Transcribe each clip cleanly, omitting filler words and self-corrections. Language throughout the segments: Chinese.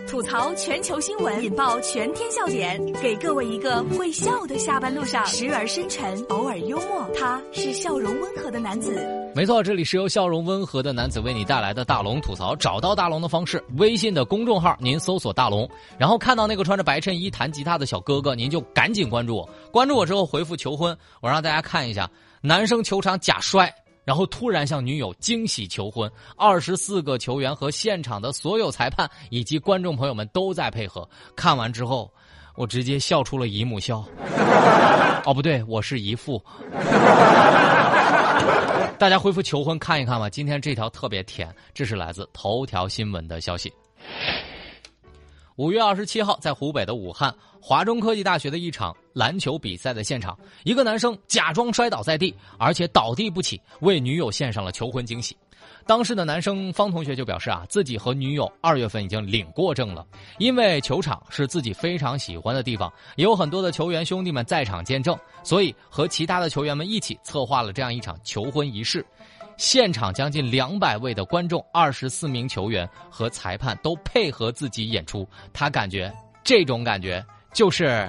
吐槽全球新闻，引爆全天笑点，给各位一个会笑的下班路上，时而深沉，偶尔幽默。他是笑容温和的男子。 没错，这里是由笑容温和的男子为你带来的大龙吐槽。找到大龙的方式，微信的公众号您搜索大龙，然后看到那个穿着白衬衣弹吉他的小哥哥，您就赶紧关注我。关注我之后回复求婚，我让大家看一下男生球场假摔，然后突然向女友惊喜求婚，24个球员和现场的所有裁判以及观众朋友们都在配合。看完之后我直接笑出了姨母笑。哦不对，我是姨父。大家回复求婚看一看吧，今天这条特别甜，这是来自头条新闻的消息。5月27号，在湖北的武汉华中科技大学的一场篮球比赛的现场，一个男生假装摔倒在地，而且倒地不起，为女友献上了求婚惊喜。当时的男生方同学就表示自己和女友2月份已经领过证了，因为球场是自己非常喜欢的地方，也有很多的球员兄弟们在场见证，所以和其他的球员们一起策划了这样一场求婚仪式。现场将近200位的观众，24名球员和裁判都配合自己演出，他感觉这种感觉就是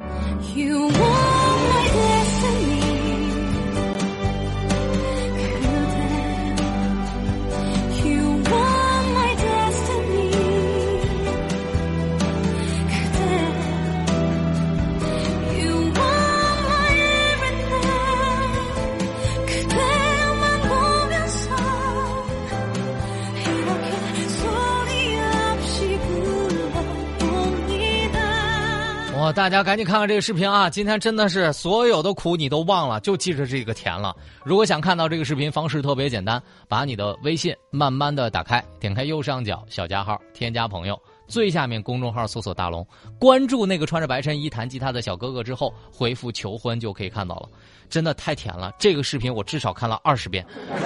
哇，大家赶紧看看这个视频啊！今天真的是所有的苦你都忘了，就记着这个甜了。如果想看到这个视频，方式特别简单，把你的微信慢慢的打开，点开右上角小加号，添加朋友，最下面公众号搜索大龙，关注那个穿着白衬衣弹吉他的小哥哥之后，回复求婚就可以看到了。真的太甜了，这个视频我至少看了20遍。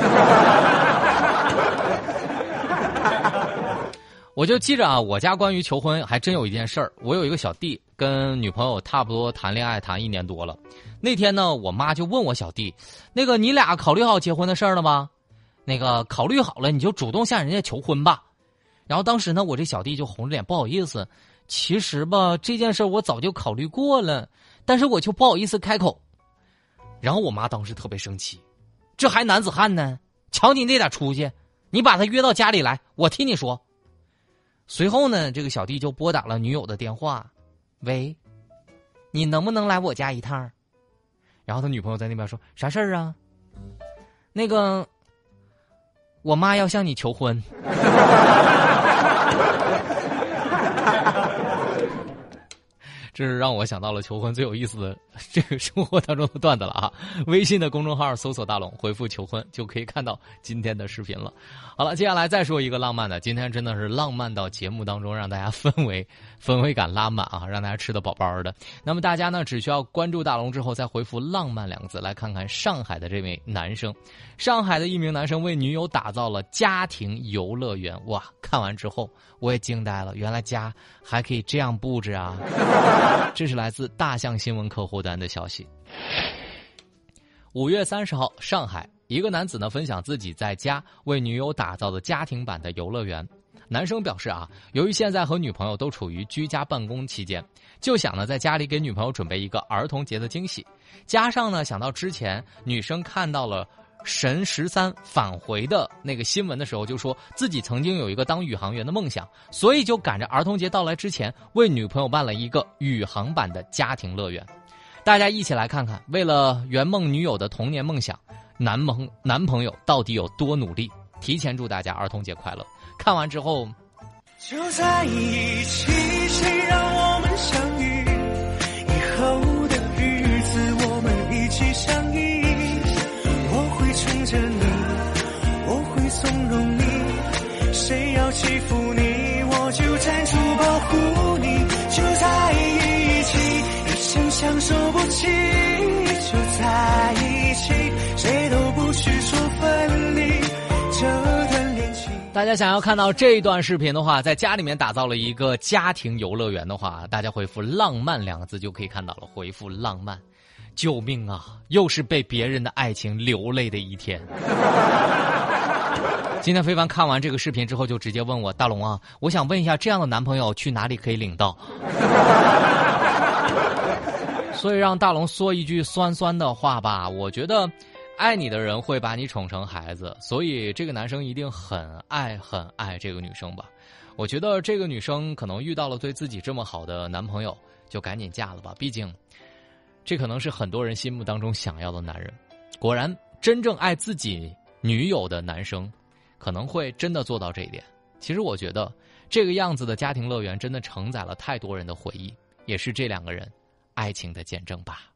我就记着我家关于求婚还真有一件事儿。我有一个小弟跟女朋友差不多谈恋爱谈1年多了。那天呢，我妈就问我小弟，那个你俩考虑好结婚的事儿了吗？那个考虑好了你就主动向人家求婚吧。然后当时呢，我这小弟就红着脸不好意思，其实吧这件事我早就考虑过了，但是我就不好意思开口。然后我妈当时特别生气，这还男子汉呢，瞧你那点出息，你把他约到家里来，我替你说。随后呢，这个小弟就拨打了女友的电话，喂，你能不能来我家一趟？然后他女朋友在那边说，啥事儿啊？那个我妈要向你求婚。这是让我想到了求婚最有意思的这个生活当中的段子了啊！微信的公众号搜索大龙，回复求婚就可以看到今天的视频了。好了，接下来再说一个浪漫的，今天真的是浪漫到节目当中让大家氛围感拉满啊，让大家吃得饱饱的。那么大家呢，只需要关注大龙之后再回复浪漫2个字，来看看上海的这位男生。上海的一名男生为女友打造了家庭游乐园，哇，看完之后我也惊呆了，原来家还可以这样布置啊。这是来自大象新闻客户端的消息。5月30号，上海一个男子呢分享自己在家为女友打造的家庭版的游乐园。男生表示由于现在和女朋友都处于居家办公期间，就想呢在家里给女朋友准备一个儿童节的惊喜，加上呢想到之前女生看到了神13返回的那个新闻的时候，就说自己曾经有一个当宇航员的梦想，所以就赶着儿童节到来之前为女朋友办了一个宇航版的家庭乐园。大家一起来看看，为了圆梦女友的童年梦想，男朋友到底有多努力。提前祝大家儿童节快乐。看完之后就在一起，谁让我们相遇，以后的日子我们一起相依，我会宠着你，我会纵容你，谁要欺负你我就站出保护你，就在一起，一生相守不弃，就在一起，谁都不许说分离，这段恋情。 大家想要看到这段视频的话，在家里面打造了一个家庭游乐园的话，大家回复浪漫2个字就可以看到了。回复浪漫，救命啊，又是被别人的爱情流泪的一天。 今天非凡看完这个视频之后，就直接问我：大龙啊，我想问一下，这样的男朋友去哪里可以领到？所以让大龙说一句酸酸的话吧，我觉得爱你的人会把你宠成孩子，所以这个男生一定很爱这个女生吧。我觉得这个女生可能遇到了对自己这么好的男朋友，就赶紧嫁了吧，毕竟这可能是很多人心目当中想要的男人。果然真正爱自己女友的男生可能会真的做到这一点。其实我觉得这个样子的家庭乐园真的承载了太多人的回忆，也是这两个人爱情的见证吧。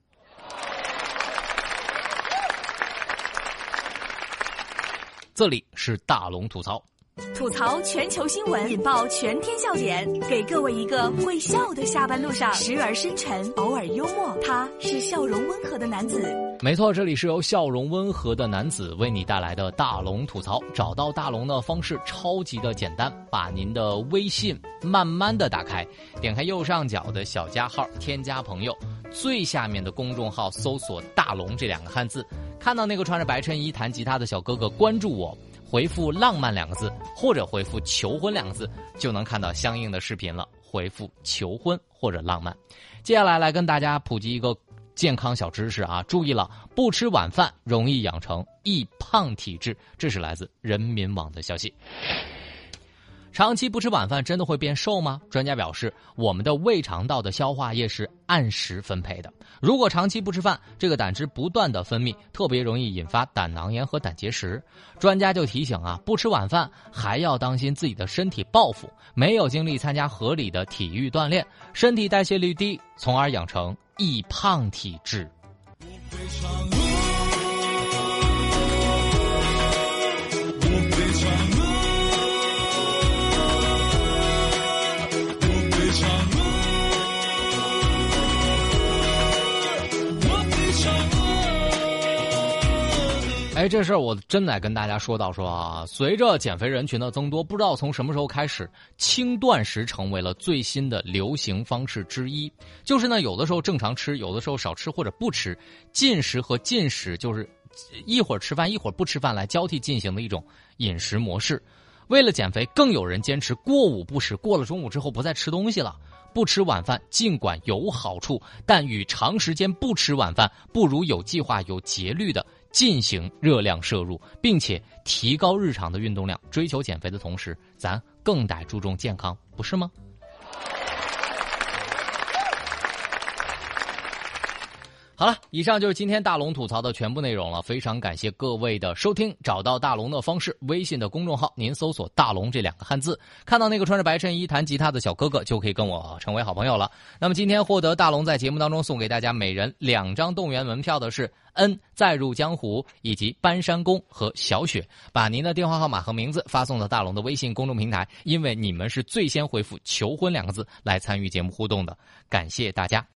这里是大龙吐槽， 吐槽全球新闻，引爆全天笑点，给各位一个会笑的下班路上，时而深沉，偶尔幽默，他是笑容温和的男子。 没错，这里是由笑容温和的男子为你带来的大龙吐槽。找到大龙的方式超级的简单，把您的微信慢慢的打开，点开右上角的小加号，添加朋友，最下面的公众号搜索大龙这两个汉字，看到那个穿着白衬衣弹吉他的小哥哥，关注我，回复浪漫两个字或者回复求婚两个字，就能看到相应的视频了。回复求婚或者浪漫。接下来跟大家普及一个健康小知识啊，注意了，不吃晚饭容易养成易胖体质，这是来自人民网的消息。长期不吃晚饭真的会变瘦吗？专家表示，我们的胃肠道的消化液是按时分配的，如果长期不吃饭，这个胆汁不断的分泌，特别容易引发胆囊炎和胆结石。专家就提醒啊，不吃晚饭还要当心自己的身体报复，没有精力参加合理的体育锻炼，身体代谢率低，从而养成易胖体质。这事儿我真得跟大家说啊，随着减肥人群的增多，不知道从什么时候开始，轻断食成为了最新的流行方式之一。就是呢，有的时候正常吃，有的时候少吃或者不吃，禁食和进食就是一会儿吃饭一会儿不吃饭来交替进行的一种饮食模式。为了减肥，更有人坚持过午不食，过了中午之后不再吃东西了。不吃晚饭尽管有好处，但与长时间不吃晚饭不如有计划有节律的进行热量摄入，并且提高日常的运动量。追求减肥的同时，咱更得注重健康，不是吗？好了，以上就是今天大龙吐槽的全部内容了，非常感谢各位的收听。找到大龙的方式，微信的公众号您搜索大龙这两个汉字，看到那个穿着白衬衣弹吉他的小哥哥，就可以跟我成为好朋友了。那么今天获得大龙在节目当中送给大家每人2张动员门票的是恩再入江湖以及搬山公和小雪。把您的电话号码和名字发送到大龙的微信公众平台，因为你们是最先回复求婚2个字来参与节目互动的。感谢大家。